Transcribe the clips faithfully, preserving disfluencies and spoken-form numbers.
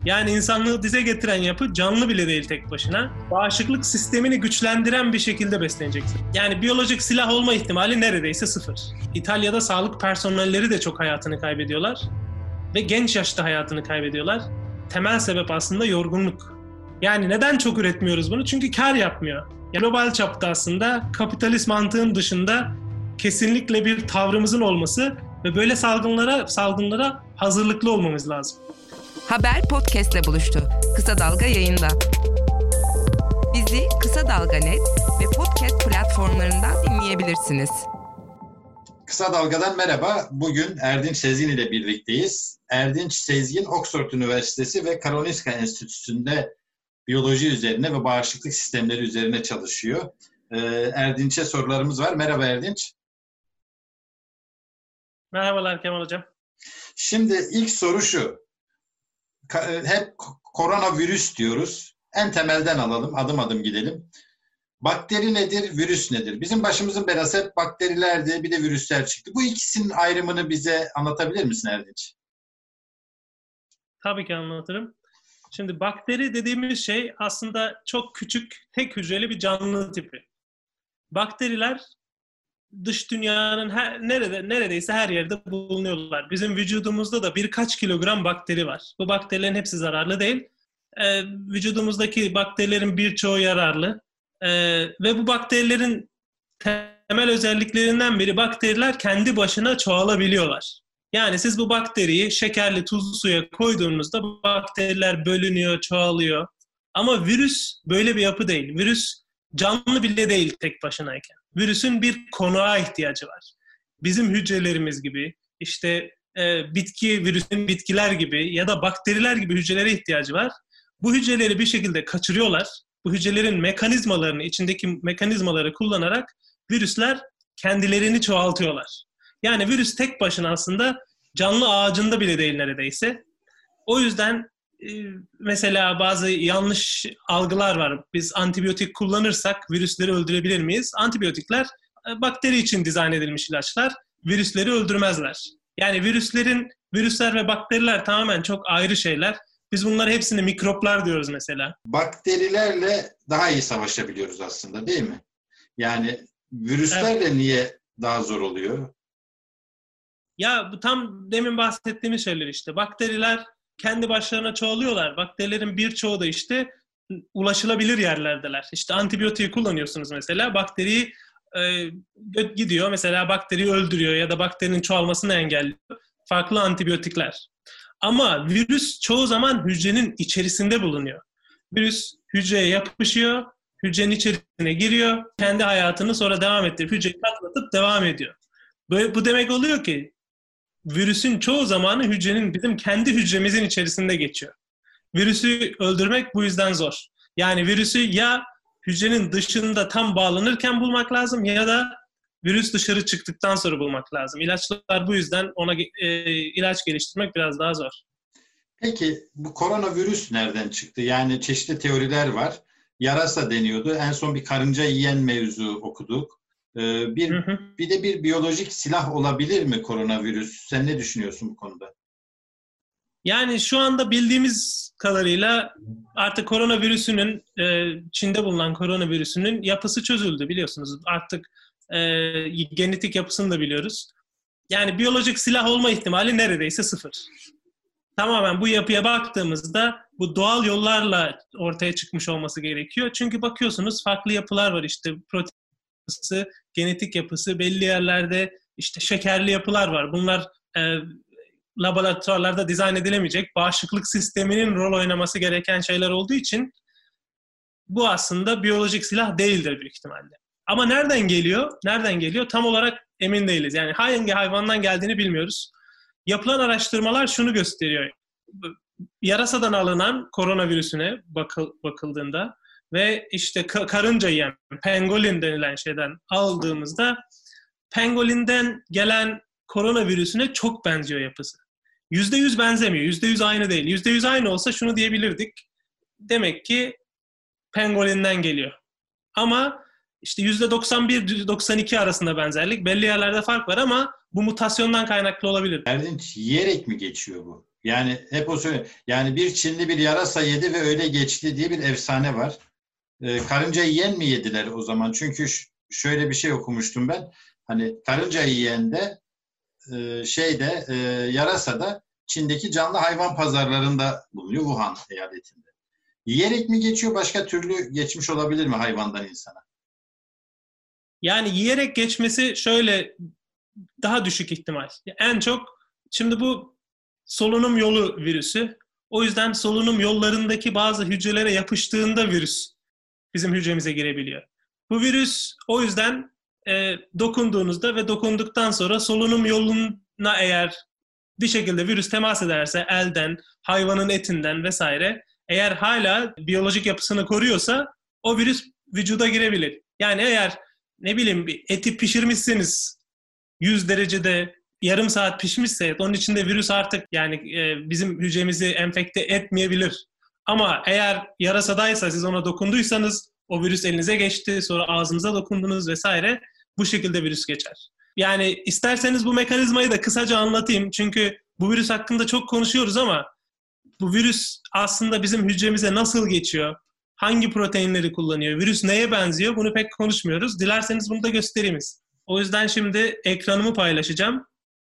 Yani insanlığı dize getiren yapı canlı bile değil tek başına. Bağışıklık sistemini güçlendiren bir şekilde besleneceksin. Yani biyolojik silah olma ihtimali neredeyse sıfır. İtalya'da sağlık personelleri de çok hayatını kaybediyorlar. Ve genç yaşta hayatını kaybediyorlar. Temel sebep aslında yorgunluk. Yani neden çok üretmiyoruz bunu? Çünkü kar yapmıyor. Global çapta aslında kapitalist mantığın dışında kesinlikle bir tavrımızın olması ve böyle salgınlara salgınlara hazırlıklı olmamız lazım. Haber podcast'le buluştu. Kısa Dalga yayında. Bizi Kısa Dalga nokta net ve podcast platformlarından dinleyebilirsiniz. Kısa Dalga'dan merhaba. Bugün Erdinç Sezgin ile birlikteyiz. Erdinç Sezgin, Oxford Üniversitesi ve Karolinska Enstitüsü'nde biyoloji üzerine ve bağışıklık sistemleri üzerine çalışıyor. Erdinç'e sorularımız var. Merhaba Erdinç. Merhabalar Kemal Hocam. Şimdi ilk soru şu. Hep koronavirüs diyoruz. En temelden alalım, adım adım gidelim. Bakteri nedir, virüs nedir? Bizim başımızın belası hep bakterilerdi, bir de virüsler çıktı. Bu ikisinin ayrımını bize anlatabilir misin Erdinç? Tabii ki anlatırım. Şimdi bakteri dediğimiz şey aslında çok küçük, tek hücreli bir canlı tipi. Bakteriler dış dünyanın her, nerede neredeyse her yerde bulunuyorlar. Bizim vücudumuzda da birkaç kilogram bakteri var. Bu bakterilerin hepsi zararlı değil. Ee, vücudumuzdaki bakterilerin birçoğu yararlı. Ee, ve bu bakterilerin temel özelliklerinden biri, bakteriler kendi başına çoğalabiliyorlar. Yani siz bu bakteriyi şekerli, tuzlu suya koyduğunuzda bu bakteriler bölünüyor, çoğalıyor. Ama virüs böyle bir yapı değil. Virüs canlı bile değil tek başınayken. Virüsün bir konuğa ihtiyacı var. Bizim hücrelerimiz gibi, işte e, bitki virüsün bitkiler gibi ya da bakteriler gibi hücrelere ihtiyacı var. Bu hücreleri bir şekilde kaçırıyorlar. Bu hücrelerin mekanizmalarını, içindeki mekanizmaları kullanarak virüsler kendilerini çoğaltıyorlar. Yani virüs tek başına aslında canlı ağacında bile değil neredeyse. O yüzden e, mesela bazı yanlış algılar var. Biz antibiyotik kullanırsak virüsleri öldürebilir miyiz? Antibiyotikler e, bakteri için dizayn edilmiş ilaçlar. Virüsleri öldürmezler. Yani virüslerin, virüsler ve bakteriler tamamen çok ayrı şeyler. Biz bunları hepsini mikroplar diyoruz mesela. Bakterilerle daha iyi savaşabiliyoruz aslında, değil mi? Yani virüslerle evet. Niye daha zor oluyor? Ya bu tam demin bahsettiğimiz şeyler işte. Bakteriler kendi başlarına çoğalıyorlar. Bakterilerin birçoğu da işte ulaşılabilir yerlerdeler. İşte antibiyotiği kullanıyorsunuz mesela. Bakteriyi e, gidiyor mesela bakteriyi öldürüyor ya da bakterinin çoğalmasını engelliyor. Farklı antibiyotikler. Ama virüs çoğu zaman hücrenin içerisinde bulunuyor. Virüs hücreye yapışıyor, hücrenin içerisine giriyor, kendi hayatını sonra devam ettirip hücreyi patlatıp devam ediyor. Böyle, bu demek oluyor ki virüsün çoğu zamanı hücrenin, bizim kendi hücremizin içerisinde geçiyor. Virüsü öldürmek bu yüzden zor. Yani virüsü ya hücrenin dışında tam bağlanırken bulmak lazım ya da virüs dışarı çıktıktan sonra bulmak lazım. İlaçlar bu yüzden ona e, ilaç geliştirmek biraz daha zor. Peki bu koronavirüs nereden çıktı? Yani çeşitli teoriler var. Yarasa deniyordu. En son bir karınca yiyen mevzu okuduk. Ee, bir hı hı. Bir de bir biyolojik silah olabilir mi koronavirüs? Sen ne düşünüyorsun bu konuda? Yani şu anda bildiğimiz kadarıyla artık koronavirüsünün, e, Çin'de bulunan koronavirüsünün yapısı çözüldü biliyorsunuz. Artık e, genetik yapısını da biliyoruz. Yani biyolojik silah olma ihtimali neredeyse sıfır. Tamamen bu yapıya baktığımızda bu doğal yollarla ortaya çıkmış olması gerekiyor. Çünkü bakıyorsunuz farklı yapılar var işte protein yapısı, genetik yapısı, belli yerlerde işte şekerli yapılar var. Bunlar e, laboratuvarlarda dizayn edilemeyecek, bağışıklık sisteminin rol oynaması gereken şeyler olduğu için bu aslında biyolojik silah değildir büyük ihtimalle. Ama nereden geliyor? Nereden geliyor? Tam olarak emin değiliz. Yani hangi hayvandan geldiğini bilmiyoruz. Yapılan araştırmalar şunu gösteriyor. Yarasadan alınan koronavirüsüne bakıl, bakıldığında ve işte karınca yiyen, pangolin denilen şeyden aldığımızda pangolinden gelen koronavirüsüne çok benziyor yapısı. yüzde yüz benzemiyor. yüzde yüz aynı değil. yüzde yüz aynı olsa şunu diyebilirdik. Demek ki pangolinden geliyor. Ama işte yüzde doksan bir doksan iki arasında benzerlik. Belli yerlerde fark var ama bu mutasyondan kaynaklı olabilir. Erdinç, yiyerek mi geçiyor bu? Yani hep o söyle. Yani bir Çinli bir yarasa yedi ve öyle geçti diye bir efsane var. Ee, karınca yiyen mi yediler o zaman? Çünkü ş- şöyle bir şey okumuştum ben. Hani karınca yiyen de e, şeyde e, yarasa da Çin'deki canlı hayvan pazarlarında bulunuyor, Wuhan eyaletinde. Yiyerek mi geçiyor, başka türlü geçmiş olabilir mi hayvandan insana? Yani yiyerek geçmesi şöyle daha düşük ihtimal. En çok şimdi bu solunum yolu virüsü. O yüzden solunum yollarındaki bazı hücrelere yapıştığında virüs bizim hücremize girebiliyor. Bu virüs o yüzden e, dokunduğunuzda ve dokunduktan sonra solunum yoluna eğer bir şekilde virüs temas ederse elden, hayvanın etinden vesaire, eğer hala biyolojik yapısını koruyorsa o virüs vücuda girebilir. Yani eğer ne bileyim bir eti pişirmişsiniz yüz derecede yarım saat pişmişse onun içinde virüs artık yani e, bizim hücremizi enfekte etmeyebilir. Ama eğer yarasadaysa siz ona dokunduysanız o virüs elinize geçti, sonra ağzınıza dokundunuz vesaire, bu şekilde virüs geçer. Yani isterseniz bu mekanizmayı da kısaca anlatayım. Çünkü bu virüs hakkında çok konuşuyoruz ama bu virüs aslında bizim hücremize nasıl geçiyor? Hangi proteinleri kullanıyor? Virüs neye benziyor? Bunu pek konuşmuyoruz. Dilerseniz bunu da göstereyim. O yüzden şimdi ekranımı paylaşacağım.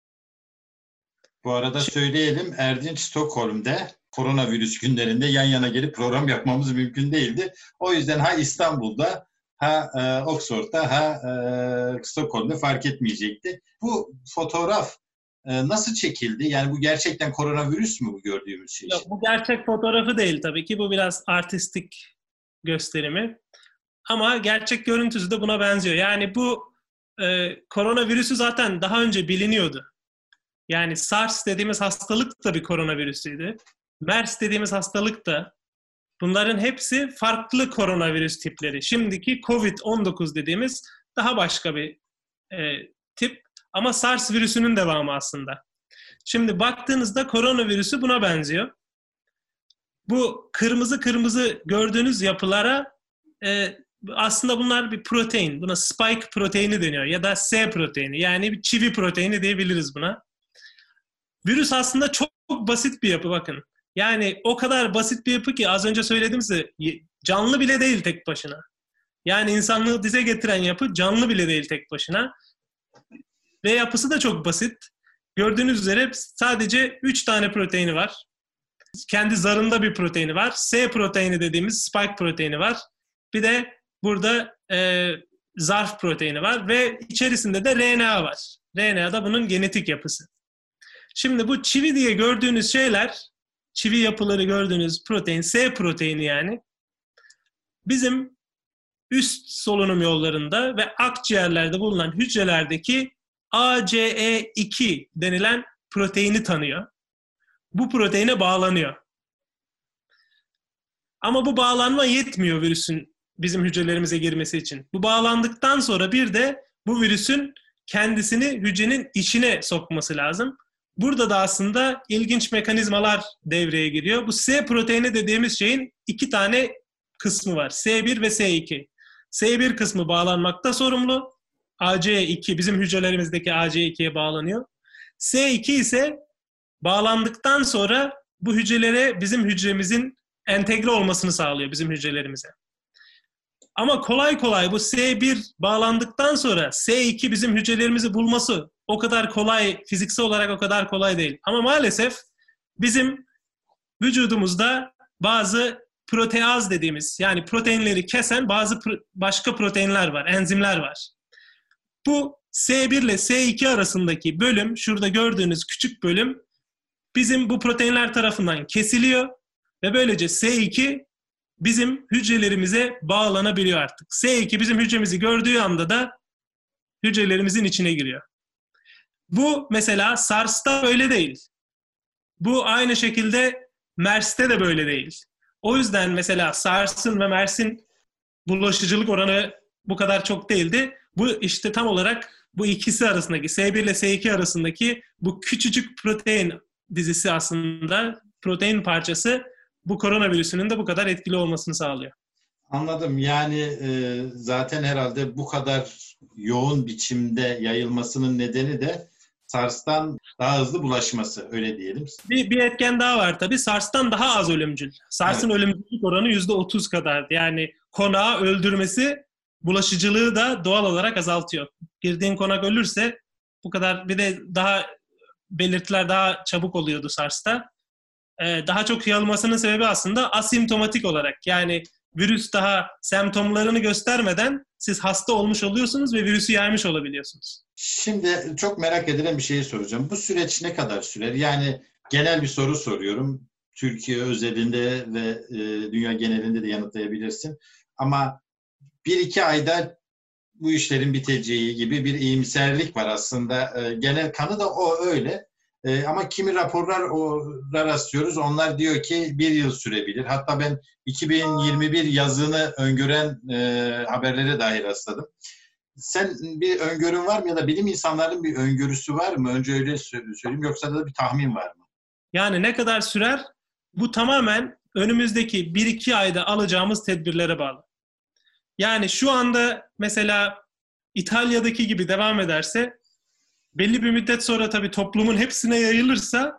Bu arada söyleyelim, Erdinç Stockholm'de koronavirüs günlerinde yan yana gelip program yapmamız mümkün değildi. O yüzden ha İstanbul'da, ha e, Oxford'da, ha e, Stockholm'da fark etmeyecekti. Bu fotoğraf e, nasıl çekildi? Yani bu gerçekten koronavirüs mü bu gördüğümüz şey? Yok, bu gerçek fotoğrafı değil tabii ki. Bu biraz artistik gösterimi. Ama gerçek görüntüsü de buna benziyor. Yani bu e, koronavirüsü zaten daha önce biliniyordu. Yani SARS dediğimiz hastalık da bir koronavirüsüydü. MERS dediğimiz hastalık da. Bunların hepsi farklı koronavirüs tipleri. Şimdiki kovid on dokuz dediğimiz daha başka bir e, tip. Ama SARS virüsünün devamı aslında. Şimdi baktığınızda koronavirüsü buna benziyor. Bu kırmızı kırmızı gördüğünüz yapılara e, aslında bunlar bir protein. Buna spike proteini deniyor ya da S proteini. Yani bir çivi proteini diyebiliriz buna. Virüs aslında çok, çok basit bir yapı bakın. Yani o kadar basit bir yapı ki az önce söyledim size, canlı bile değil tek başına. Yani insanlığı dize getiren yapı canlı bile değil tek başına. Ve yapısı da çok basit. Gördüğünüz üzere sadece üç tane proteini var. Kendi zarında bir proteini var. S proteini dediğimiz spike proteini var. Bir de burada e, zarf proteini var ve içerisinde de R N A var. R N A da bunun genetik yapısı. Şimdi bu çivi diye gördüğünüz şeyler, çivi yapıları gördüğünüz protein, S proteini yani, bizim üst solunum yollarında ve akciğerlerde bulunan hücrelerdeki A C E iki denilen proteini tanıyor. Bu proteine bağlanıyor. Ama bu bağlanma yetmiyor virüsün bizim hücrelerimize girmesi için. Bu bağlandıktan sonra bir de bu virüsün kendisini hücrenin içine sokması lazım. Burada da aslında ilginç mekanizmalar devreye giriyor. Bu S proteini dediğimiz şeyin iki tane kısmı var. S bir ve S iki. S bir kısmı bağlanmakta sorumlu. A C E iki bizim hücrelerimizdeki A C E ikiye bağlanıyor. S iki ise bağlandıktan sonra bu hücrelere bizim hücremizin entegre olmasını sağlıyor bizim hücrelerimize. Ama kolay kolay bu S bir bağlandıktan sonra S iki bizim hücrelerimizi bulması o kadar kolay, fiziksel olarak o kadar kolay değil. Ama maalesef bizim vücudumuzda bazı proteaz dediğimiz, yani proteinleri kesen bazı pro- başka proteinler var, enzimler var. Bu S bir ile S iki arasındaki bölüm, şurada gördüğünüz küçük bölüm bizim bu proteinler tarafından kesiliyor ve böylece S iki bizim hücrelerimize bağlanabiliyor artık. S iki bizim hücremizi gördüğü anda da hücrelerimizin içine giriyor. Bu mesela SARS'ta böyle değil. Bu aynı şekilde MERS'te de böyle değil. O yüzden mesela SARS'ın ve MERS'in bulaşıcılık oranı bu kadar çok değildi. Bu işte tam olarak bu ikisi arasındaki, S bir ile S iki arasındaki bu küçücük protein dizisi aslında, protein parçası bu koronavirüsünün de bu kadar etkili olmasını sağlıyor. Anladım. Yani e, zaten herhalde bu kadar yoğun biçimde yayılmasının nedeni de SARS'tan daha hızlı bulaşması, öyle diyelim. Bir, bir etken daha var tabii. SARS'tan daha az ölümcül. SARS'ın evet. ölümcülük oranı yüzde otuz kadardı. Yani konağı öldürmesi bulaşıcılığı da doğal olarak azaltıyor. Girdiğin konak ölürse bu kadar, bir de daha belirtiler daha çabuk oluyordu SARS'ta. Ee, daha çok yayılmasının sebebi aslında asimptomatik olarak. Yani virüs daha semptomlarını göstermeden siz hasta olmuş oluyorsunuz ve virüsü yaymış olabiliyorsunuz. Şimdi çok merak edilen bir şeyi soracağım. Bu süreç ne kadar sürer? Yani genel bir soru soruyorum. Türkiye özelinde ve e, dünya genelinde de yanıtlayabilirsin. Ama bir iki ayda bu işlerin biteceği gibi bir iyimserlik var aslında. E, genel kanı da o öyle. E, ama kimi raporlar oraya rastlıyoruz. Onlar diyor ki bir yıl sürebilir. Hatta ben iki bin yirmi bir yazını öngören e, haberlere dahi rastladım. Sen bir öngörün var mı ya da bilim insanlarının bir öngörüsü var mı? Önce öyle söyleyeyim, yoksa da bir tahmin var mı? Yani ne kadar sürer? Bu tamamen önümüzdeki bir iki ayda alacağımız tedbirlere bağlı. Yani şu anda mesela İtalya'daki gibi devam ederse, belli bir müddet sonra tabii toplumun hepsine yayılırsa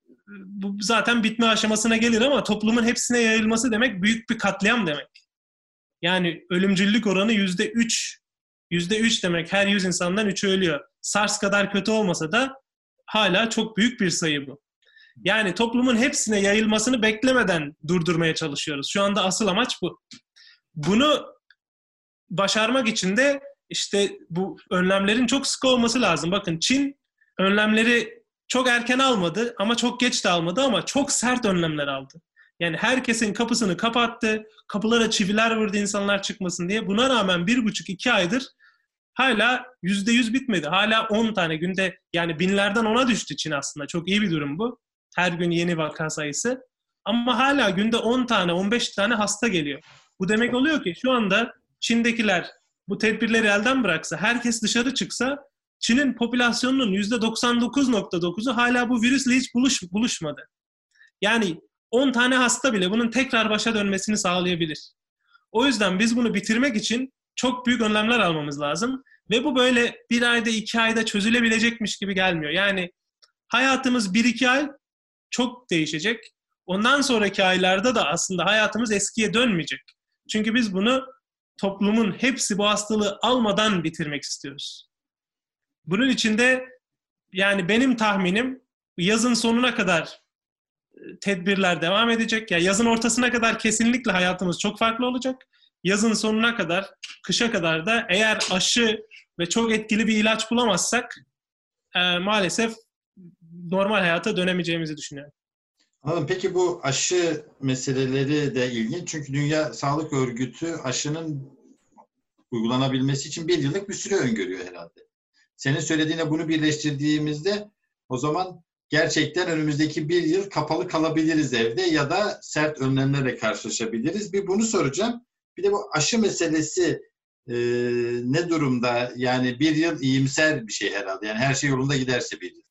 bu zaten bitme aşamasına gelir, ama toplumun hepsine yayılması demek büyük bir katliam demek. Yani ölümcüllük oranı yüzde üç, yüzde üç demek, her yüz insandan üçü ölüyor. SARS kadar kötü olmasa da hala çok büyük bir sayı bu. Yani toplumun hepsine yayılmasını beklemeden durdurmaya çalışıyoruz. Şu anda asıl amaç bu. Bunu başarmak için de işte bu önlemlerin çok sıkı olması lazım. Bakın Çin önlemleri çok erken almadı ama çok geç de almadı, ama çok sert önlemler aldı. Yani herkesin kapısını kapattı, kapılara çiviler vurdu insanlar çıkmasın diye. Buna rağmen bir buçuk iki aydır hala yüzde yüz bitmedi. Hala on tane günde, yani binlerden ona düştü Çin aslında. Çok iyi bir durum bu. Her gün yeni vaka sayısı. Ama hala günde on tane, on beş tane hasta geliyor. Bu demek oluyor ki şu anda Çin'dekiler bu tedbirleri elden bıraksa, herkes dışarı çıksa, Çin'in popülasyonunun yüzde doksan dokuz nokta dokuzu hala bu virüsle hiç buluş, buluşmadı. Yani on tane hasta bile bunun tekrar başa dönmesini sağlayabilir. O yüzden biz bunu bitirmek için çok büyük önlemler almamız lazım. Ve bu böyle bir ayda, iki ayda çözülebilecekmiş gibi gelmiyor. Yani hayatımız bir iki ay çok değişecek. Ondan sonraki aylarda da aslında hayatımız eskiye dönmeyecek. Çünkü biz bunu toplumun hepsi bu hastalığı almadan bitirmek istiyoruz. Bunun için de yani benim tahminim yazın sonuna kadar tedbirler devam edecek. Yani yazın ortasına kadar kesinlikle hayatımız çok farklı olacak. Yazın sonuna kadar, kışa kadar da eğer aşı ve çok etkili bir ilaç bulamazsak e, maalesef normal hayata dönemeyeceğimizi düşünüyorum. Anladım. Peki bu aşı meseleleri de ilginç. Çünkü Dünya Sağlık Örgütü aşının uygulanabilmesi için bir yıllık bir süre öngörüyor herhalde. Senin söylediğine bunu birleştirdiğimizde o zaman gerçekten önümüzdeki bir yıl kapalı kalabiliriz evde ya da sert önlemlerle karşılaşabiliriz. Bir bunu soracağım. Bir de bu aşı meselesi e, ne durumda? Yani bir yıl iyimser bir şey herhalde. Yani her şey yolunda giderse bir yıl.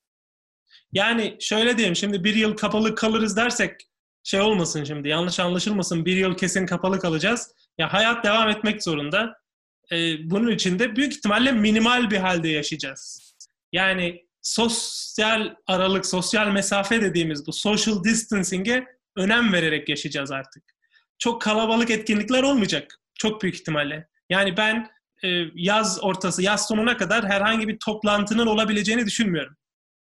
Yani şöyle diyeyim, şimdi bir yıl kapalı kalırız dersek şey olmasın şimdi, yanlış anlaşılmasın, bir yıl kesin kapalı kalacağız. Ya hayat devam etmek zorunda. Ee, bunun için de büyük ihtimalle minimal bir halde yaşayacağız. Yani sosyal aralık, sosyal mesafe dediğimiz bu social distancing'e önem vererek yaşayacağız artık. Çok kalabalık etkinlikler olmayacak çok büyük ihtimalle. Yani ben e, yaz ortası, yaz sonuna kadar herhangi bir toplantının olabileceğini düşünmüyorum.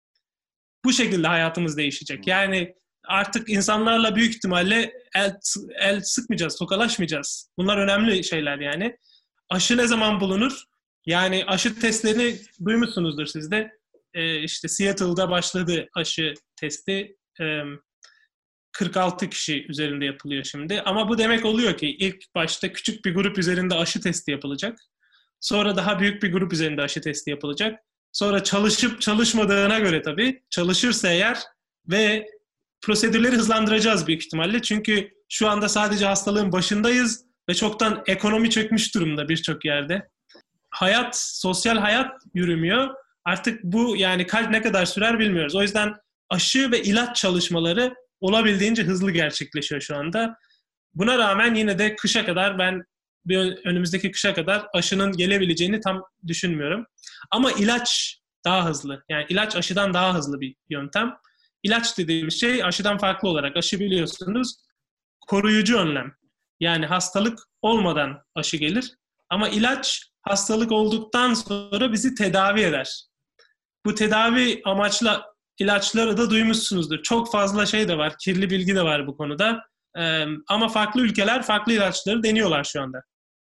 Bu şekilde hayatımız değişecek. Yani artık insanlarla büyük ihtimalle el, el sıkmayacağız, tokalaşmayacağız. Bunlar önemli şeyler yani. Aşı ne zaman bulunur? Yani aşı testlerini duymuşsunuzdur siz de. Ee, işte Seattle'da başladı aşı testi. Ee, kırk altı kişi üzerinde yapılıyor şimdi. Ama bu demek oluyor ki ilk başta küçük bir grup üzerinde aşı testi yapılacak. Sonra daha büyük bir grup üzerinde aşı testi yapılacak. Sonra çalışıp çalışmadığına göre tabii, çalışırsa eğer ve prosedürleri hızlandıracağız büyük ihtimalle. Çünkü şu anda sadece hastalığın başındayız ve çoktan ekonomi çökmüş durumda birçok yerde. Hayat, sosyal hayat yürümüyor. Artık bu yani kaç ne kadar sürer bilmiyoruz. O yüzden aşı ve ilaç çalışmaları olabildiğince hızlı gerçekleşiyor şu anda. Buna rağmen yine de kışa kadar ben bir önümüzdeki kışa kadar aşının gelebileceğini tam düşünmüyorum. Ama ilaç daha hızlı. Yani ilaç aşıdan daha hızlı bir yöntem. İlaç dediğimiz şey aşıdan farklı olarak, aşı biliyorsunuz koruyucu önlem. Yani hastalık olmadan aşı gelir. Ama ilaç hastalık olduktan sonra bizi tedavi eder. Bu tedavi amaçlı ilaçları da duymuşsunuzdur. Çok fazla şey de var, kirli bilgi de var bu konuda. Ee, ama farklı ülkeler farklı ilaçları deniyorlar şu anda.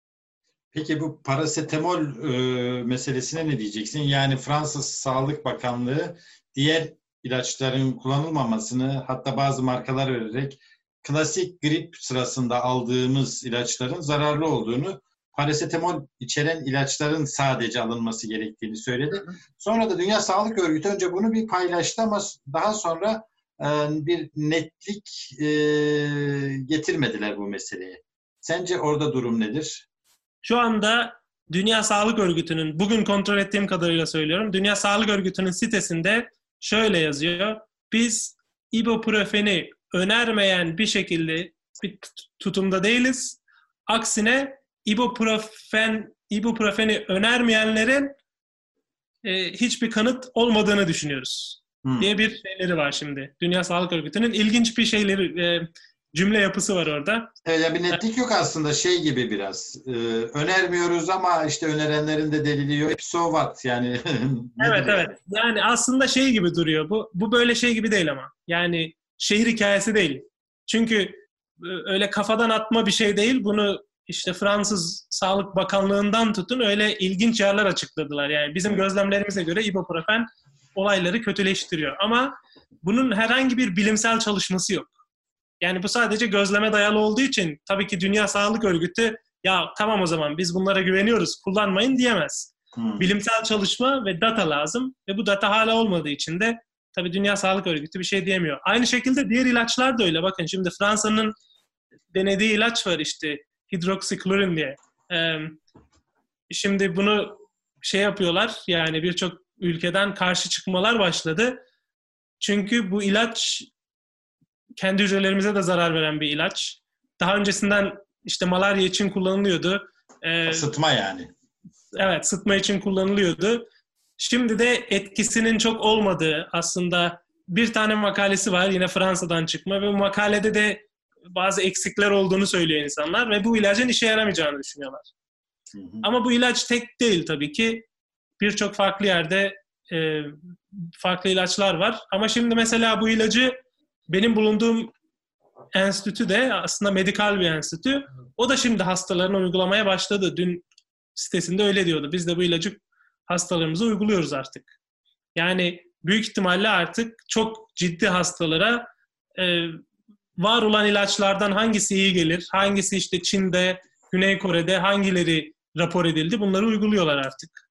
Peki bu parasetamol e, meselesine ne diyeceksin? Yani Fransız Sağlık Bakanlığı diğer ilaçların kullanılmamasını, hatta bazı markalar vererek klasik grip sırasında aldığımız ilaçların zararlı olduğunu, parasetamol içeren ilaçların sadece alınması gerektiğini söyledi. Sonra da Dünya Sağlık Örgütü önce bunu bir paylaştı ama daha sonra e, bir netlik e, getirmediler bu meseleye. Sence orada durum nedir? Şu anda Dünya Sağlık Örgütü'nün, bugün kontrol ettiğim kadarıyla söylüyorum, Dünya Sağlık Örgütü'nün sitesinde şöyle yazıyor. Biz ibuprofeni önermeyen bir şekilde bir tutumda değiliz. Aksine ibuprofen, ibuprofeni önermeyenlerin e, hiçbir kanıt olmadığını düşünüyoruz. Hmm. diye bir şeyleri var şimdi. Dünya Sağlık Örgütü'nün ilginç bir şeyleri, e, cümle yapısı var orada. Evet, yani bir netlik yok aslında, şey gibi biraz. Ee, önermiyoruz ama işte önerenlerin de delili yok. So what yani. Evet evet. Yani aslında şey gibi duruyor. Bu bu böyle şey gibi değil ama. Yani şehir hikayesi değil. Çünkü öyle kafadan atma bir şey değil. Bunu işte Fransız Sağlık Bakanlığı'ndan tutun öyle ilginç yerler açıkladılar. Yani bizim gözlemlerimize göre ibuprofen olayları kötüleştiriyor. Ama bunun herhangi bir bilimsel çalışması yok. Yani bu sadece gözleme dayalı olduğu için tabii ki Dünya Sağlık Örgütü ya tamam o zaman biz bunlara güveniyoruz, kullanmayın diyemez. Hmm. Bilimsel çalışma ve data lazım ve bu data hala olmadığı için de tabii Dünya Sağlık Örgütü bir şey diyemiyor. Aynı şekilde diğer ilaçlar da öyle. Bakın şimdi Fransa'nın denediği ilaç var işte hidroksiklorin diye. Ee, şimdi bunu şey yapıyorlar yani birçok ülkeden karşı çıkmalar başladı. Çünkü bu ilaç kendi hücrelerimize de zarar veren bir ilaç. Daha öncesinden işte malarya için kullanılıyordu. Ee, sıtma yani. Evet, sıtma için kullanılıyordu. Şimdi de etkisinin çok olmadığı aslında bir tane makalesi var yine Fransa'dan çıkma ve bu makalede de bazı eksikler olduğunu söylüyor insanlar ve bu ilacın işe yaramayacağını düşünüyorlar. Hı hı. Ama bu ilaç tek değil tabii ki. Birçok farklı yerde e, farklı ilaçlar var. Ama şimdi mesela bu ilacı benim bulunduğum enstitü de aslında medikal bir enstitü. O da şimdi hastalarına uygulamaya başladı. Dün sitesinde öyle diyordu. Biz de bu ilacı hastalarımıza uyguluyoruz artık. Yani büyük ihtimalle artık çok ciddi hastalara e, var olan ilaçlardan hangisi iyi gelir, hangisi işte Çin'de, Güney Kore'de hangileri rapor edildi bunları uyguluyorlar artık.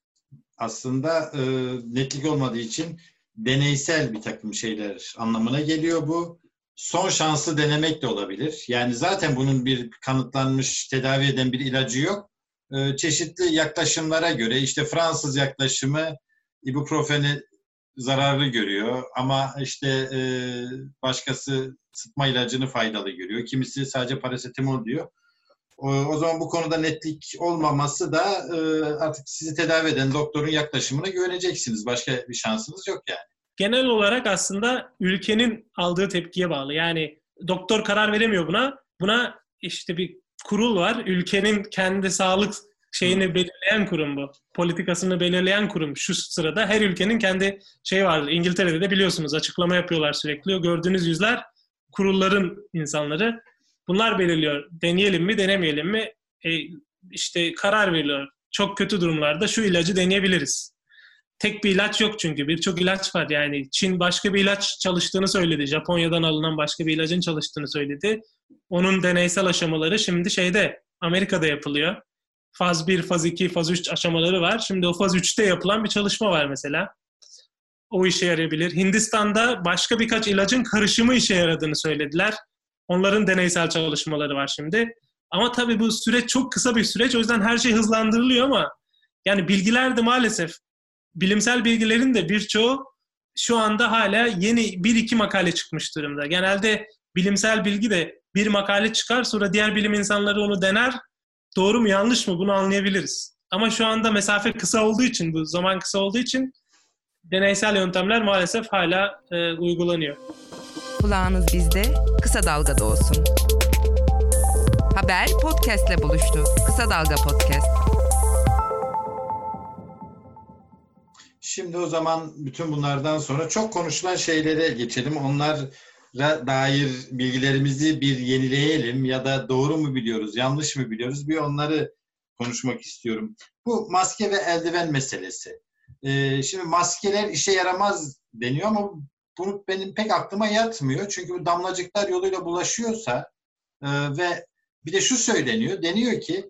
Aslında e, netlik olmadığı için deneysel bir takım şeyler anlamına geliyor bu. Son şansı denemek de olabilir. Yani zaten bunun bir kanıtlanmış tedavi eden bir ilacı yok. E, çeşitli yaklaşımlara göre işte Fransız yaklaşımı ibuprofeni zararlı görüyor ama işte e, başkası sıtma ilacını faydalı görüyor. Kimisi sadece parasetamol diyor. O, o zaman bu konuda netlik olmaması da e, artık sizi tedavi eden doktorun yaklaşımına güveneceksiniz. Başka bir şansınız yok yani. Genel olarak aslında ülkenin aldığı tepkiye bağlı. Yani doktor karar veremiyor buna. Buna işte bir kurul var. Ülkenin kendi sağlık şeyini belirleyen kurum bu. Politikasını belirleyen kurum. Şu sırada her ülkenin kendi şeyi var. İngiltere'de de biliyorsunuz açıklama yapıyorlar sürekli. O gördüğünüz yüzler kurulların insanları. Bunlar belirliyor. Deneyelim mi, denemeyelim mi? E, işte karar veriliyor. Çok kötü durumlarda şu ilacı deneyebiliriz. Tek bir ilaç yok çünkü. Birçok ilaç var. Yani Çin başka bir ilaç çalıştığını söyledi. Japonya'dan alınan başka bir ilacın çalıştığını söyledi. Onun deneysel aşamaları şimdi şeyde, Amerika'da yapılıyor. Faz bir, faz iki, faz üç aşamaları var. Şimdi o faz üçte yapılan bir çalışma var mesela. O işe yarayabilir. Hindistan'da başka birkaç ilacın karışımı işe yaradığını söylediler. Onların deneysel çalışmaları var şimdi. Ama tabii bu süreç çok kısa bir süreç. O yüzden her şey hızlandırılıyor ama yani bilgiler de maalesef bilimsel bilgilerin de birçoğu şu anda hala yeni bir iki makale çıkmış durumda. Genelde bilimsel bilgi de bir makale çıkar sonra diğer bilim insanları onu dener. Doğru mu yanlış mı bunu anlayabiliriz. Ama şu anda mesafe kısa olduğu için, bu zaman kısa olduğu için deneysel yöntemler maalesef hala e, uygulanıyor. Kulağınız bizde, Kısa Dalga'da olsun. Haber podcast'le buluştu. Kısa Dalga Podcast. Şimdi o zaman bütün bunlardan sonra çok konuşulan şeylere geçelim. Onlara dair bilgilerimizi bir yenileyelim ya da doğru mu biliyoruz, yanlış mı biliyoruz? Bir onları konuşmak istiyorum. Bu maske ve eldiven meselesi. Ee, şimdi maskeler işe yaramaz deniyor ama bunu benim pek aklıma yatmıyor. Çünkü bu damlacıklar yoluyla bulaşıyorsa e, ve bir de şu söyleniyor, deniyor ki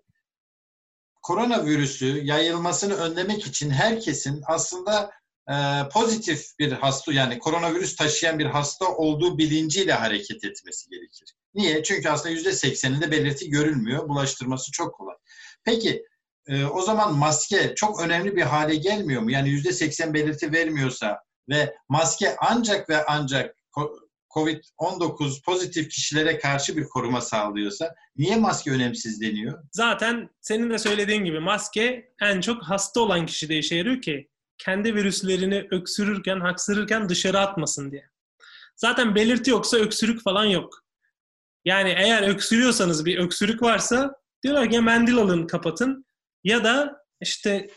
koronavirüsü yayılmasını önlemek için herkesin aslında e, pozitif bir hasta, yani koronavirüs taşıyan bir hasta olduğu bilinciyle hareket etmesi gerekir. Niye? Çünkü aslında yüzde sekseninde belirti görülmüyor. Bulaştırması çok kolay. Peki e, o zaman maske çok önemli bir hale gelmiyor mu? Yani yüzde seksen belirti vermiyorsa ve maske ancak ve ancak kovid on dokuz pozitif kişilere karşı bir koruma sağlıyorsa niye maske önemsiz deniyor? Zaten senin de söylediğin gibi maske en çok hasta olan kişide işe yarıyor ki kendi virüslerini öksürürken, haksırırken dışarı atmasın diye. Zaten belirti yoksa öksürük falan yok. Yani eğer öksürüyorsanız, bir öksürük varsa diyorlar ki mendil alın, kapatın ya da işte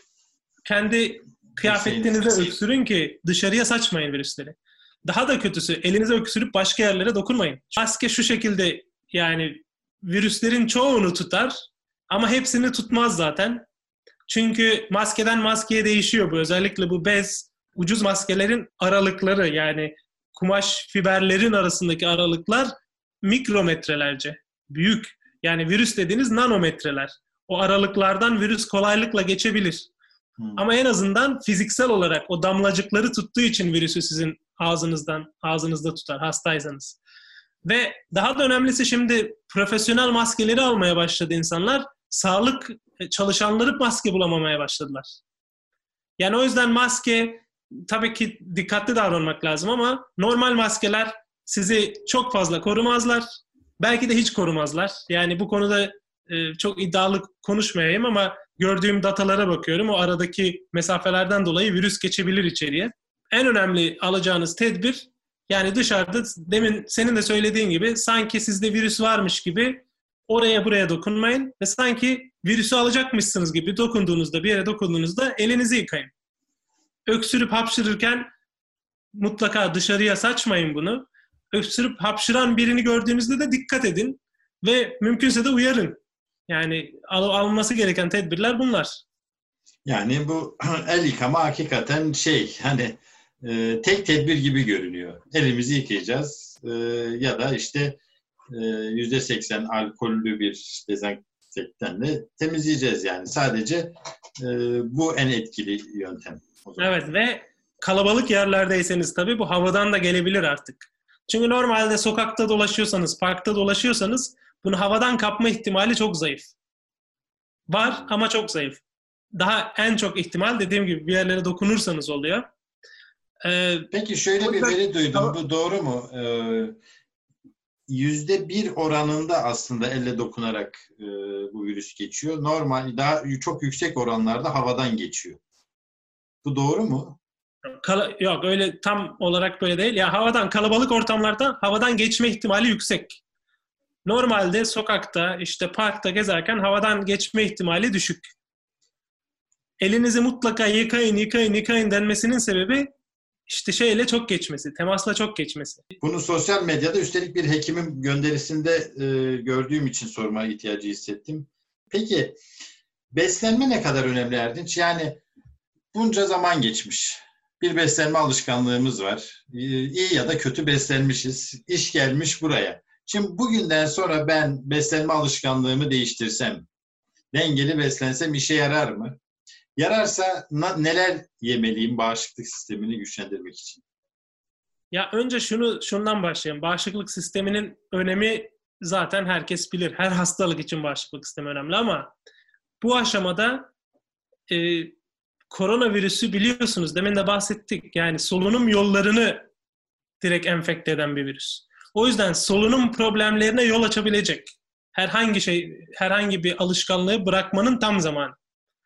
kendi kıyafetinize öksürün ki dışarıya saçmayın virüsleri. Daha da kötüsü elinize öksürüp başka yerlere dokunmayın. Maske şu şekilde, yani virüslerin çoğunu tutar ama hepsini tutmaz zaten. Çünkü maskeden maskeye değişiyor bu. Özellikle bu bez, ucuz maskelerin aralıkları, yani kumaş fiberlerin arasındaki aralıklar mikrometrelerce büyük. Yani virüs dediğiniz nanometreler. O aralıklardan virüs kolaylıkla geçebilir. Hmm. Ama en azından fiziksel olarak o damlacıkları tuttuğu için virüsü sizin ağzınızdan, ağzınızda tutar hastaysanız. Ve daha da önemlisi, şimdi profesyonel maskeleri almaya başladı insanlar. Sağlık çalışanları maske bulamamaya başladılar. Yani o yüzden maske, tabii ki dikkatli davranmak lazım ama normal maskeler sizi çok fazla korumazlar. Belki de hiç korumazlar. Yani bu konuda e, çok iddialı konuşmayayım ama gördüğüm datalara bakıyorum. O aradaki mesafelerden dolayı virüs geçebilir içeriye. En önemli alacağınız tedbir, yani dışarıda demin senin de söylediğin gibi sanki sizde virüs varmış gibi oraya buraya dokunmayın ve sanki virüsü alacakmışsınız gibi dokunduğunuzda, bir yere dokunduğunuzda elinizi yıkayın. Öksürüp hapşırırken mutlaka dışarıya saçmayın bunu. Öksürüp hapşıran birini gördüğünüzde de dikkat edin ve mümkünse de uyarın. Yani al- alınması gereken tedbirler bunlar. Yani bu el yıkama hakikaten şey, hani e, tek tedbir gibi görünüyor. Elimizi yıkayacağız e, ya da işte yüzde seksen alkollü bir dezenfektanla temizleyeceğiz yani. Sadece e, bu en etkili yöntem. Evet ve kalabalık yerlerdeyseniz tabii bu havadan da gelebilir artık. Çünkü normalde sokakta dolaşıyorsanız, parkta dolaşıyorsanız bunu havadan kapma ihtimali çok zayıf. Var ama çok zayıf. Daha en çok ihtimal dediğim gibi bir yerlere dokunursanız oluyor. Ee, Peki şöyle bir veri duydum. Bu doğru mu? Ee, Yüzde bir oranında aslında elle dokunarak e, bu virüs geçiyor. Normal, daha çok yüksek oranlarda havadan geçiyor. Bu doğru mu? Kala- Yok öyle tam olarak böyle değil. Ya havadan, kalabalık ortamlarda havadan geçme ihtimali yüksek. Normalde sokakta, işte parkta gezerken havadan geçme ihtimali düşük. Elinizi mutlaka yıkayın, yıkayın, yıkayın denmesinin sebebi işte şeyle çok geçmesi, temasla çok geçmesi. Bunu sosyal medyada üstelik bir hekimin gönderisinde e, gördüğüm için sormaya ihtiyacı hissettim. Peki beslenme ne kadar önemli Erdinç? Yani bunca zaman geçmiş. Bir beslenme alışkanlığımız var. İyi ya da kötü beslenmişiz. İş gelmiş buraya. Şimdi bugünden sonra ben beslenme alışkanlığımı değiştirsem, dengeli beslensem işe yarar mı? Yararsa na- neler yemeliyim bağışıklık sistemini güçlendirmek için? Ya önce şunu şundan başlayayım. Bağışıklık sisteminin önemi zaten herkes bilir. Her hastalık için bağışıklık sistemi önemli ama bu aşamada e, koronavirüsü biliyorsunuz, demin de bahsettik. Yani solunum yollarını direkt enfekte eden bir virüs. O yüzden solunum problemlerine yol açabilecek herhangi şey, herhangi bir alışkanlığı bırakmanın tam zamanı.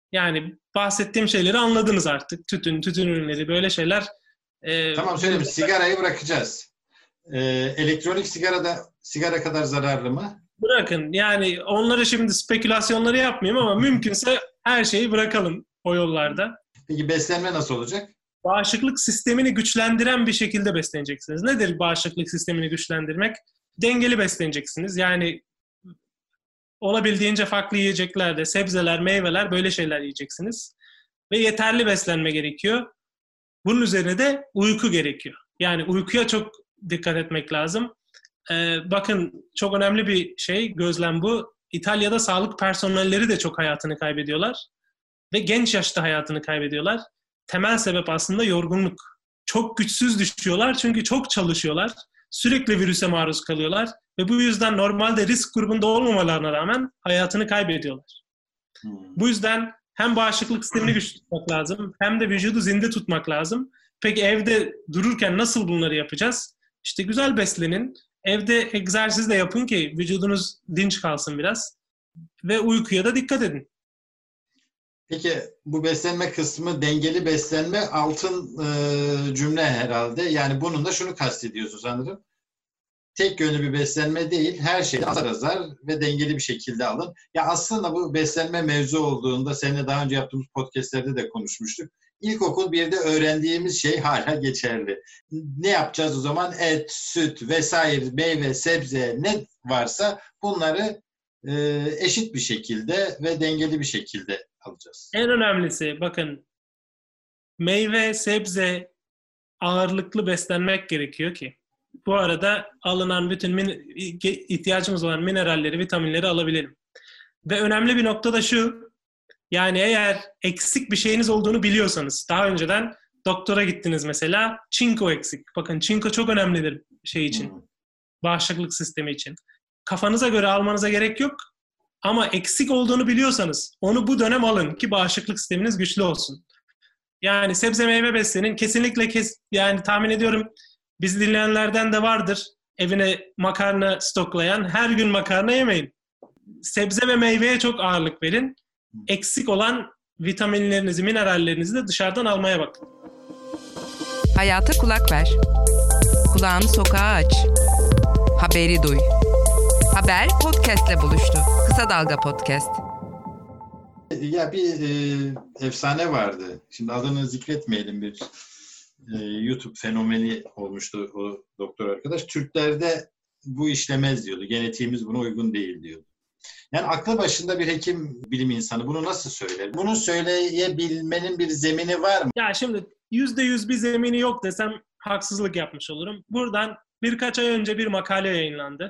Yani bahsettiğim şeyleri anladınız artık. Tütün, tütün ürünleri, böyle şeyler. E, tamam söyleyeyim. Sigarayı bırakacağız. E, elektronik sigara da sigara kadar zararlı mı? Bırakın. Yani onları şimdi spekülasyonları yapmayayım ama mümkünse her şeyi bırakalım o yollarda. Peki beslenme nasıl olacak? Bağışıklık sistemini güçlendiren bir şekilde besleneceksiniz. Nedir bağışıklık sistemini güçlendirmek? Dengeli besleneceksiniz. Yani olabildiğince farklı yiyeceklerde, sebzeler, meyveler, böyle şeyler yiyeceksiniz. Ve yeterli beslenme gerekiyor. Bunun üzerine de uyku gerekiyor. Yani uykuya çok dikkat etmek lazım. Ee, bakın çok önemli bir şey, gözlem bu. İtalya'da sağlık personelleri de çok hayatını kaybediyorlar. Ve genç yaşta hayatını kaybediyorlar. Temel sebep aslında yorgunluk. Çok güçsüz düşüyorlar çünkü çok çalışıyorlar. Sürekli virüse maruz kalıyorlar. Ve bu yüzden normalde risk grubunda olmamalarına rağmen hayatını kaybediyorlar. Hmm. Bu yüzden hem bağışıklık sistemini güçlü tutmak lazım, hem de vücudu zinde tutmak lazım. Peki evde dururken nasıl bunları yapacağız? İşte güzel beslenin, evde egzersiz de yapın ki vücudunuz dinç kalsın biraz. Ve uykuya da dikkat edin. Peki bu beslenme kısmı, dengeli beslenme altın e, cümle herhalde. Yani bunun da şunu kastediyorsun sanırım. Tek yönlü bir beslenme değil, her şeyi azar azar ve dengeli bir şekilde alın. Ya aslında bu beslenme mevzu olduğunda, seninle daha önce yaptığımız podcastlerde de konuşmuştuk. İlkokul birde öğrendiğimiz şey hala geçerli. Ne yapacağız o zaman? Et, süt vesaire, meyve, sebze ne varsa bunları e, eşit bir şekilde ve dengeli bir şekilde alacağız. En önemlisi bakın, meyve, sebze ağırlıklı beslenmek gerekiyor ki bu arada alınan bütün min- ihtiyacımız olan mineralleri, vitaminleri alabilelim. Ve önemli bir nokta da şu, yani eğer eksik bir şeyiniz olduğunu biliyorsanız, daha önceden doktora gittiniz mesela, çinko eksik. Bakın çinko çok önemlidir şey için, hmm. bağışıklık sistemi için. Kafanıza göre almanıza gerek yok ama eksik olduğunu biliyorsanız onu bu dönem alın ki bağışıklık sisteminiz güçlü olsun. Yani sebze meyve beslenin, kesinlikle kes, yani tahmin ediyorum bizi dinleyenlerden de vardır. Evine makarna stoklayan, her gün makarna yemeyin. Sebze ve meyveye çok ağırlık verin. Eksik olan vitaminlerinizi, minerallerinizi de dışarıdan almaya bakın. Hayata kulak ver. Kulağını sokağa aç. Haberi duy. Haber podcast'le buluştu. Kısa Dalga Podcast. Ya bir e, efsane vardı. Şimdi adını zikretmeyelim, bir e, YouTube fenomeni olmuştu o doktor arkadaş. Türklerde bu işlemez diyordu. Genetiğimiz buna uygun değil diyordu. Yani aklı başında bir hekim, bilim insanı bunu nasıl söyler? Bunu söyleyebilmenin bir zemini var mı? Ya şimdi yüzde yüz bir zemini yok desem haksızlık yapmış olurum. Buradan birkaç ay önce bir makale yayınlandı.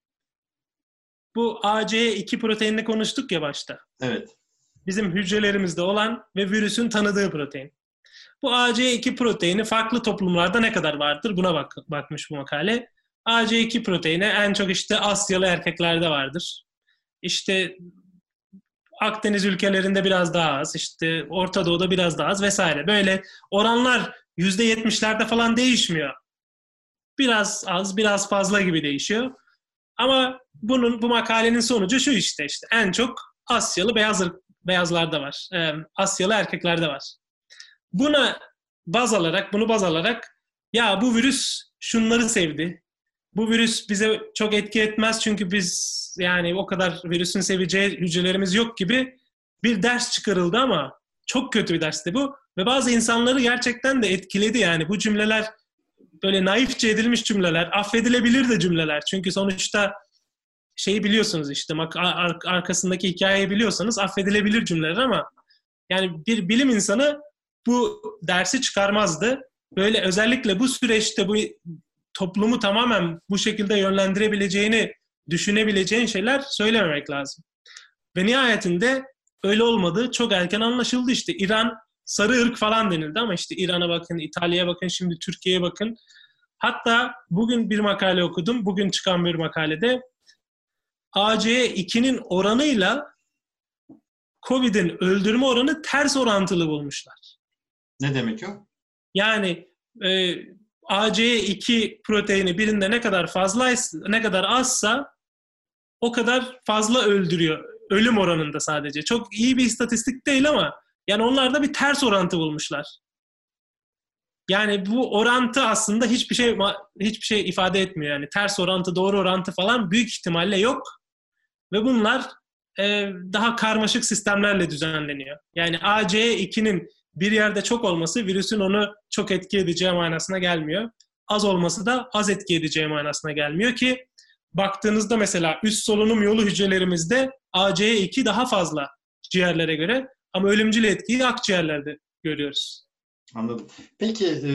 Bu A C E iki proteinini konuştuk ya başta. Evet. Bizim hücrelerimizde olan ve virüsün tanıdığı protein. Bu A C E iki proteini farklı toplumlarda ne kadar vardır? Buna bak, bakmış bu makale. A C E iki proteini en çok işte Asyalı erkeklerde vardır. İşte Akdeniz ülkelerinde biraz daha az, işte Orta Doğu'da biraz daha az vesaire. Böyle oranlar yüzde yetmişlerde falan değişmiyor. Biraz az, biraz fazla gibi değişiyor. Ama bunun, bu makalenin sonucu şu işte, işte en çok Asyalı beyaz, beyazlarda var. Ee, Asyalı erkeklerde var. Buna baz alarak, bunu baz alarak ya bu virüs şunları sevdi. Bu virüs bize çok etki etmez çünkü biz yani o kadar virüsün seveceği hücrelerimiz yok gibi bir ders çıkarıldı ama çok kötü bir dersti bu. Ve bazı insanları gerçekten de etkiledi yani. Bu cümleler böyle naifçe edilmiş cümleler, affedilebilir de cümleler. Çünkü sonuçta şeyi biliyorsunuz işte ar- arkasındaki hikayeyi biliyorsanız affedilebilir cümleler ama yani bir bilim insanı bu dersi çıkarmazdı. Böyle özellikle bu süreçte bu toplumu tamamen bu şekilde yönlendirebileceğini düşünebileceğin şeyler söylememek lazım. Ve nihayetinde öyle olmadığı çok erken anlaşıldı işte. İran sarı ırk falan denildi ama işte İran'a bakın, İtalya'ya bakın, şimdi Türkiye'ye bakın. Hatta bugün bir makale okudum. Bugün çıkan bir makalede A C E ikinin oranıyla Covid'in öldürme oranı ters orantılı bulmuşlar. Ne demek o? Yani e, A C E iki proteini birinde ne kadar fazlaysa, ne kadar azsa o kadar fazla öldürüyor. ölüm oranında sadece. Çok iyi bir istatistik değil ama yani onlar da bir ters orantı bulmuşlar. Yani bu orantı aslında hiçbir şey hiçbir şey ifade etmiyor. Yani ters orantı, doğru orantı falan büyük ihtimalle yok. Ve bunlar e, daha karmaşık sistemlerle düzenleniyor. Yani A C E iki'nin bir yerde çok olması virüsün onu çok etki edeceği manasına gelmiyor. Az olması da az etki edeceği manasına gelmiyor ki baktığınızda mesela üst solunum yolu hücrelerimizde A C E iki daha fazla ciğerlere göre ama ölümcül etkiyi akciğerlerde görüyoruz. Anladım. Peki e,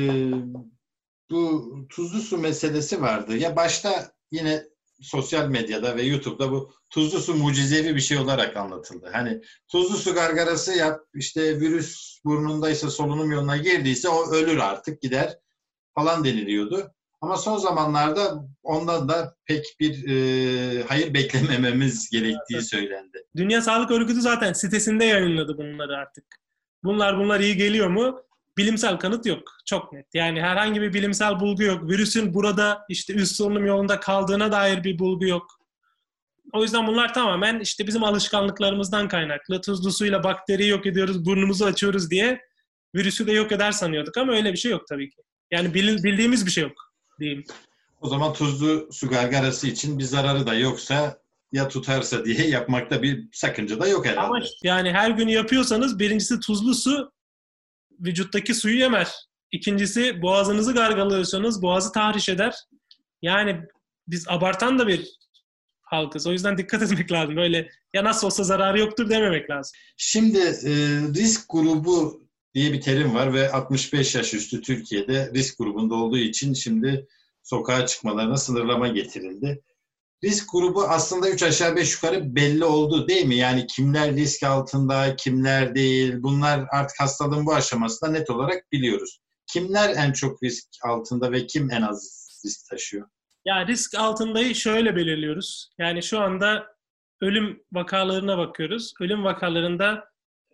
bu tuzlu su meselesi vardı. Ya başta yine sosyal medyada ve YouTube'da bu tuzlu su mucizevi bir şey olarak anlatıldı. Hani tuzlu su gargarası yap, işte virüs burnundaysa, solunum yoluna girdiyse o ölür artık, gider falan deniliyordu. Ama son zamanlarda ondan da pek bir e, hayır beklemememiz gerektiği söylendi. Dünya Sağlık Örgütü zaten sitesinde yayınladı bunları artık. Bunlar bunlar iyi geliyor mu? Bilimsel kanıt yok. Çok net. Yani herhangi bir bilimsel bulgu yok. Virüsün burada işte üst solunum yolunda kaldığına dair bir bulgu yok. O yüzden bunlar tamamen işte bizim alışkanlıklarımızdan kaynaklı. Tuzlu suyla bakteriyi yok ediyoruz, burnumuzu açıyoruz diye virüsü de yok eder sanıyorduk ama öyle bir şey yok tabii ki. Yani bildiğimiz bir şey yok diyeyim. O zaman tuzlu su gargarası için bir zararı da yoksa ya tutarsa diye yapmakta bir sakınca da yok herhalde. Ama yani her gün yapıyorsanız birincisi tuzlu su vücuttaki suyu yemer. İkincisi boğazınızı gargalıyorsanız boğazı tahriş eder. Yani biz abartan da bir halkız. O yüzden dikkat etmek lazım. Böyle ya nasıl olsa zararı yoktur dememek lazım. Şimdi e, risk grubu diye bir terim var ve altmış beş yaş üstü Türkiye'de risk grubunda olduğu için şimdi sokağa çıkmalarına sınırlama getirildi. Risk grubu aslında üç aşağı beş yukarı belli oldu değil mi? Yani kimler risk altında, kimler değil. Bunlar artık hastalığın bu aşamasında net olarak biliyoruz. Kimler en çok risk altında ve kim en az risk taşıyor? Ya risk altındayı şöyle belirliyoruz. Yani şu anda ölüm vakalarına bakıyoruz. Ölüm vakalarında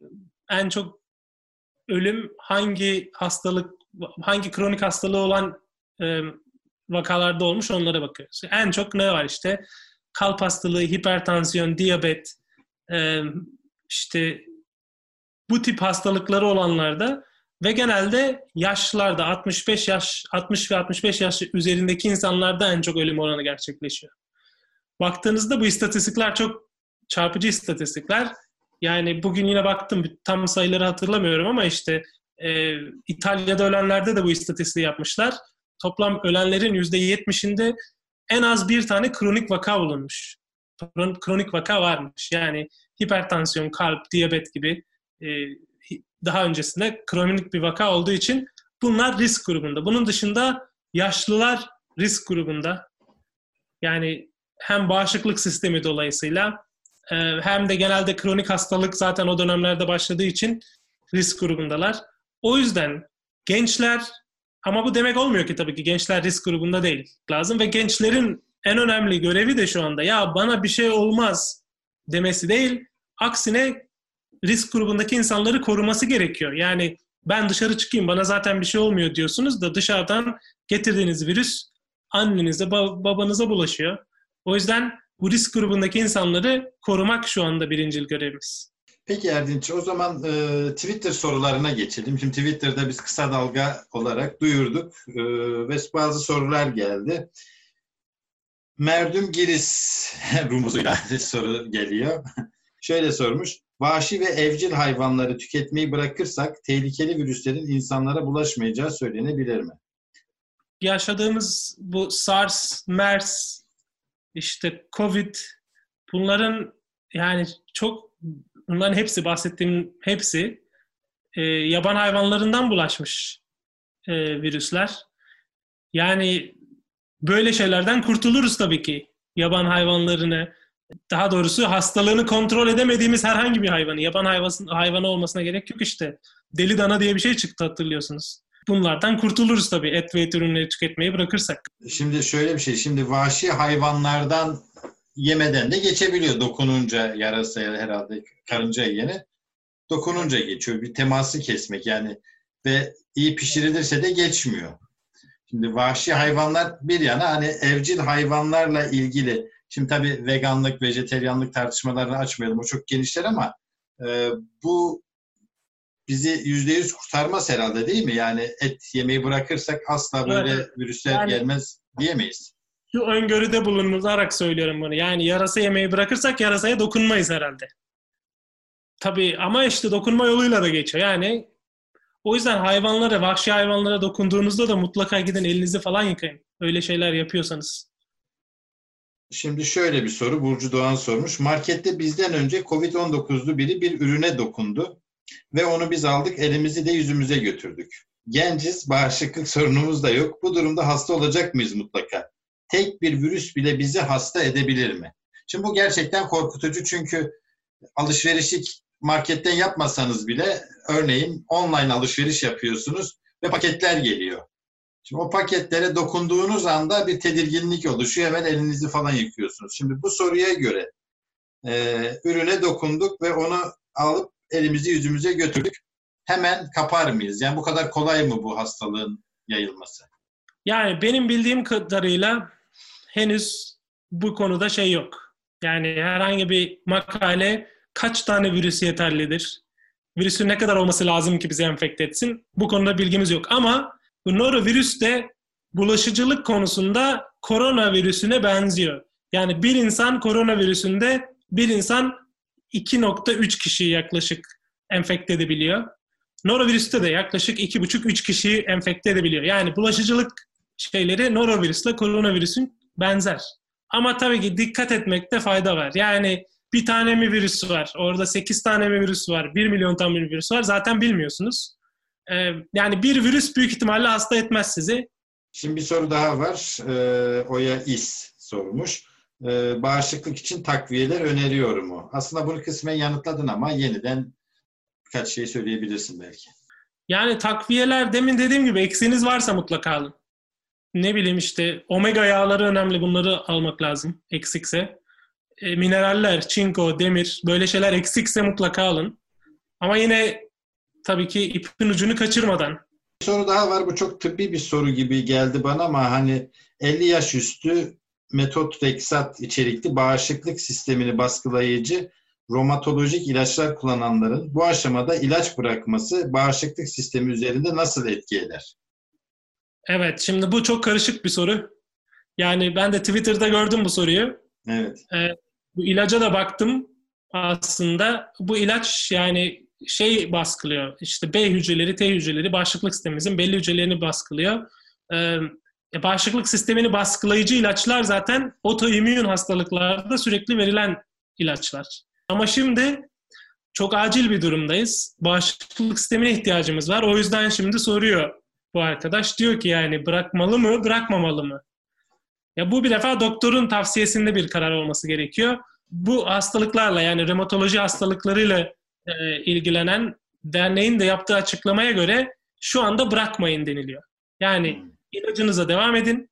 en çok ölüm hangi hastalık, hangi kronik hastalığı olan e, vakalarda olmuş onlara bakıyoruz. En çok ne var işte? Kalp hastalığı, hipertansiyon, diyabet, e, işte bu tip hastalıkları olanlarda ve genelde yaşlılarda altmış beş yaş, altmış ve altmış beş yaş üzerindeki insanlarda en çok ölüm oranı gerçekleşiyor. Baktığınızda bu istatistikler çok çarpıcı istatistikler. Yani bugün yine baktım, tam sayıları hatırlamıyorum ama işte e, İtalya'da ölenlerde de bu istatistiği yapmışlar. Toplam ölenlerin yüzde yetmişinde en az bir tane kronik vaka bulunmuş. Kronik vaka varmış. Yani hipertansiyon, kalp, diyabet gibi e, daha öncesinde kronik bir vaka olduğu için bunlar risk grubunda. Bunun dışında yaşlılar risk grubunda. Yani hem bağışıklık sistemi dolayısıyla e, hem de genelde kronik hastalık zaten o dönemlerde başladığı için risk grubundalar. O yüzden gençler, ama bu demek olmuyor ki tabii ki gençler risk grubunda değil lazım ve gençlerin en önemli görevi de şu anda ya bana bir şey olmaz demesi değil, aksine risk grubundaki insanları koruması gerekiyor. Yani ben dışarı çıkayım bana zaten bir şey olmuyor diyorsunuz da dışarıdan getirdiğiniz virüs annenize, babanıza bulaşıyor. O yüzden bu risk grubundaki insanları korumak şu anda birincil görevimiz. Peki Erdinç, o zaman e, Twitter sorularına geçelim. Şimdi Twitter'da biz Kısa Dalga olarak duyurduk e, ve bazı sorular geldi. Merdüm Giris rumuzuyla soru geliyor. Şöyle sormuş. Vahşi ve evcil hayvanları tüketmeyi bırakırsak tehlikeli virüslerin insanlara bulaşmayacağı söylenebilir mi? Yaşadığımız bu SARS, MERS, işte Covid, bunların yani çok bunların hepsi bahsettiğim hepsi e, yaban hayvanlarından bulaşmış e, virüsler. Yani böyle şeylerden kurtuluruz tabii ki. Yaban hayvanlarını, daha doğrusu hastalığını kontrol edemediğimiz herhangi bir hayvanı, yaban hayvanı, hayvanı olmasına gerek yok işte. Deli dana diye bir şey çıktı hatırlıyorsunuz. Bunlardan kurtuluruz tabii et ve et ürünleri tüketmeyi bırakırsak. Şimdi şöyle bir şey, şimdi vahşi hayvanlardan yemeden de geçebiliyor dokununca, yarasa herhalde karınca yiyene dokununca geçiyor. Bir teması kesmek yani ve iyi pişirilirse de geçmiyor. Şimdi vahşi hayvanlar bir yana, hani evcil hayvanlarla ilgili Şimdi tabii veganlık, vejeteryanlık tartışmalarını açmayalım. O çok genişler ama e, bu bizi yüzde yüz kurtarmaz herhalde, değil mi? Yani et yemeyi bırakırsak asla böyle Evet. virüsler Yani gelmez diyemeyiz. şu öngörüde bulunarak söylüyorum bunu. Yani yarasa yemeyi bırakırsak yarasaya dokunmayız herhalde. Tabii ama işte dokunma yoluyla da geçiyor. Yani o yüzden hayvanlara, vahşi hayvanlara dokunduğunuzda da mutlaka gidin elinizi falan yıkayın. Öyle şeyler yapıyorsanız. Şimdi şöyle bir soru Burcu Doğan sormuş. Markette bizden önce kovid on dokuzlu biri bir ürüne dokundu ve onu biz aldık, elimizi de yüzümüze götürdük. Genciz, bağışıklık sorunumuz da yok. Bu durumda hasta olacak mıyız mutlaka? Tek bir virüs bile bizi hasta edebilir mi? Şimdi bu gerçekten korkutucu, çünkü alışverişi marketten yapmasanız bile örneğin online alışveriş yapıyorsunuz ve paketler geliyor. Şimdi o paketlere dokunduğunuz anda bir tedirginlik oluşuyor. Hemen elinizi falan yıkıyorsunuz. Şimdi bu soruya göre e, ürüne dokunduk ve onu alıp elimizi yüzümüze götürdük. Hemen kapar mıyız? Yani bu kadar kolay mı bu hastalığın yayılması? Yani benim bildiğim kadarıyla henüz bu konuda şey yok. Yani herhangi bir makale kaç tane virüs yeterlidir? Virüsün ne kadar olması lazım ki bizi enfekte etsin? Bu konuda bilgimiz yok. Ama bu norovirüs de bulaşıcılık konusunda koronavirüsüne benziyor. Yani bir insan koronavirüsünde bir insan iki nokta üç kişiyi yaklaşık enfekte edebiliyor. Norovirüste de yaklaşık iki buçuk üç kişiyi enfekte edebiliyor. Yani bulaşıcılık şeyleri norovirüsle koronavirüsün benzer. Ama tabii ki dikkat etmekte fayda var. Yani bir tane mi virüs var, orada sekiz tane mi virüs var, bir milyon tane mi virüs var zaten bilmiyorsunuz. Ee, yani bir virüs büyük ihtimalle hasta etmez sizi. Şimdi bir soru daha var. Ee, Oya İs sormuş. Ee, bağışıklık için takviyeler öneriyor mu? Aslında bunu kısmen yanıtladın ama yeniden birkaç şey söyleyebilirsin belki. Yani takviyeler demin dediğim gibi eksiğiniz varsa mutlaka alın. Ne bileyim işte omega yağları önemli, bunları almak lazım eksikse. E, mineraller, çinko, demir böyle şeyler eksikse mutlaka alın. Ama yine tabii ki ipin ucunu kaçırmadan. Bir soru daha var. Bu çok tıbbi bir soru gibi geldi bana ama hani elli yaş üstü metotrexat içerikli bağışıklık sistemini baskılayıcı romatolojik ilaçlar kullananların bu aşamada ilaç bırakması bağışıklık sistemi üzerinde nasıl etki eder? Evet, şimdi bu çok karışık bir soru. Yani ben de Twitter'da gördüm bu soruyu. Evet. Ee, bu ilaca da baktım aslında. Bu ilaç yani şey baskılıyor. İşte B hücreleri, T hücreleri bağışıklık sistemimizin belli hücrelerini baskılıyor. Ee, bağışıklık sistemini baskılayıcı ilaçlar zaten otoimmün hastalıklarda sürekli verilen ilaçlar. Ama şimdi çok acil bir durumdayız. Bağışıklık sistemine ihtiyacımız var. O yüzden şimdi soruyor bu arkadaş. Diyor ki yani bırakmalı mı, bırakmamalı mı? Ya bu bir defa doktorun tavsiyesinde bir karar olması gerekiyor. Bu hastalıklarla yani romatoloji hastalıklarıyla e, ilgilenen derneğin de yaptığı açıklamaya göre şu anda bırakmayın deniliyor. Yani ilacınıza devam edin.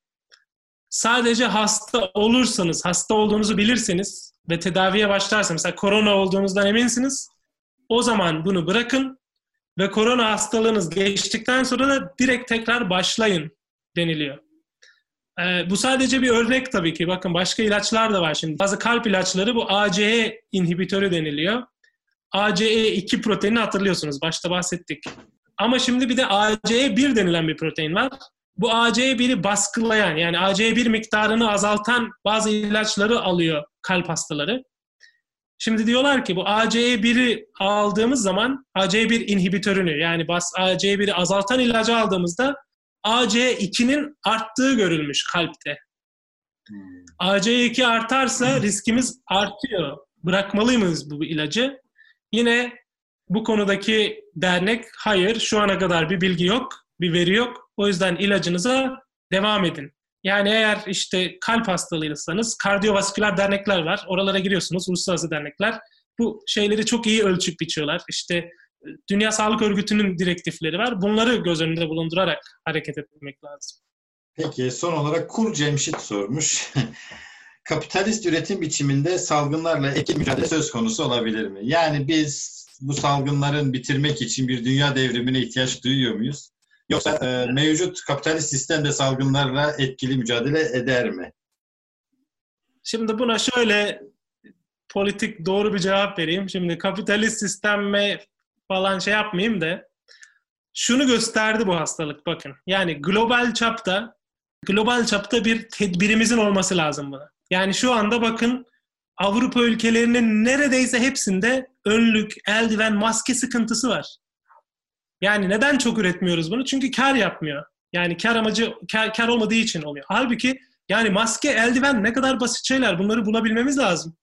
Sadece hasta olursanız, hasta olduğunuzu bilirseniz ve tedaviye başlarsanız, mesela korona olduğunuzdan eminsiniz, o zaman bunu bırakın ve korona hastalığınız geçtikten sonra da direkt tekrar başlayın deniliyor. Ee, bu sadece bir örnek tabii ki. Bakın başka ilaçlar da var şimdi. Bazı kalp ilaçları bu A C E inhibitörü deniliyor. A C E iki proteini hatırlıyorsunuz. Başta bahsettik. Ama şimdi bir de A C E bir denilen bir protein var. Bu A C E biri baskılayan yani A C E bir miktarını azaltan bazı ilaçları alıyor kalp hastaları. Şimdi diyorlar ki bu A C E biri aldığımız zaman A C E bir inhibitörünü yani A C E biri azaltan ilacı aldığımızda A C E ikinin arttığı görülmüş kalpte. A C E iki artarsa riskimiz artıyor. Bırakmalı mıyız bu ilacı? Yine bu konudaki dernek hayır şu ana kadar bir bilgi yok, bir veri yok. O yüzden ilacınıza devam edin. Yani eğer işte kalp hastalığıysanız kardiyovasküler dernekler var. Oralara giriyorsunuz, uluslararası dernekler. Bu şeyleri çok iyi ölçüp biçiyorlar. İşte Dünya Sağlık Örgütü'nün direktifleri var. Bunları göz önünde bulundurarak hareket etmek lazım. Peki son olarak Kur Cemşit sormuş. Kapitalist üretim biçiminde salgınlarla etkili mücadele söz konusu olabilir mi? Yani biz bu salgınların bitirmek için bir dünya devrimine ihtiyaç duyuyor muyuz? Yoksa e, mevcut kapitalist sistem de salgınlarla etkili mücadele eder mi? Şimdi buna şöyle politik doğru bir cevap vereyim. Şimdi kapitalist sistemme falan şey yapmayayım da şunu gösterdi bu hastalık bakın. Yani global çapta global çapta bir tedbirimizin olması lazım buna. Yani şu anda bakın Avrupa ülkelerinin neredeyse hepsinde önlük, eldiven, maske sıkıntısı var. Yani neden çok üretmiyoruz bunu? Çünkü kar yapmıyor. Yani kar amacı kar, kar olmadığı için oluyor. Halbuki yani maske, eldiven ne kadar basit şeyler. Bunları bulabilmemiz lazım.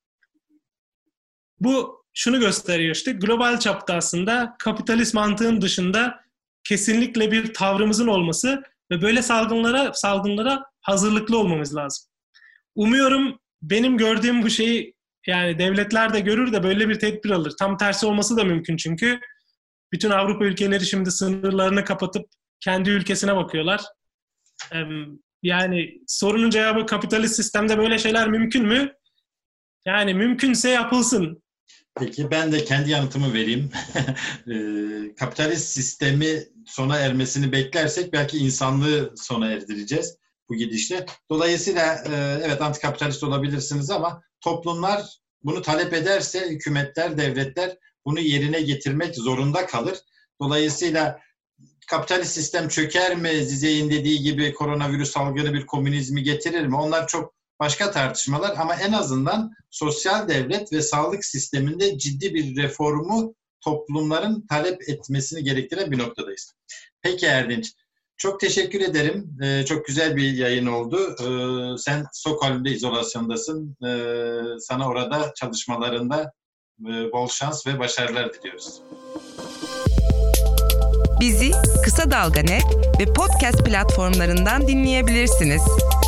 Bu şunu gösteriyor işte global çapta aslında kapitalist mantığın dışında kesinlikle bir tavrımızın olması ve böyle salgınlara salgınlara hazırlıklı olmamız lazım. Umuyorum benim gördüğüm bu şeyi yani devletler de görür de böyle bir tedbir alır. Tam tersi olması da mümkün çünkü bütün Avrupa ülkeleri şimdi sınırlarını kapatıp kendi ülkesine bakıyorlar. Yani sorunun cevabı kapitalist sistemde böyle şeyler mümkün mü? Yani mümkünse yapılsın. Peki ben de kendi yanıtımı vereyim. e, kapitalist sistemi sona ermesini beklersek belki insanlığı sona erdireceğiz bu gidişle. Dolayısıyla e, evet antikapitalist olabilirsiniz ama toplumlar bunu talep ederse hükümetler, devletler bunu yerine getirmek zorunda kalır. Dolayısıyla kapitalist sistem çöker mi? Zizek'in dediği gibi koronavirüs salgını bir komünizmi getirir mi? Onlar çok başka tartışmalar ama en azından sosyal devlet ve sağlık sisteminde ciddi bir reformu toplumların talep etmesini gerektiren bir noktadayız. Peki Erdinç, çok teşekkür ederim. Ee, çok güzel bir yayın oldu. Ee, sen Stockholm'da izolasyondasın. Ee, sana orada çalışmalarında e, bol şans ve başarılar diliyoruz. Bizi Kısa Dalga Net ve podcast platformlarından dinleyebilirsiniz.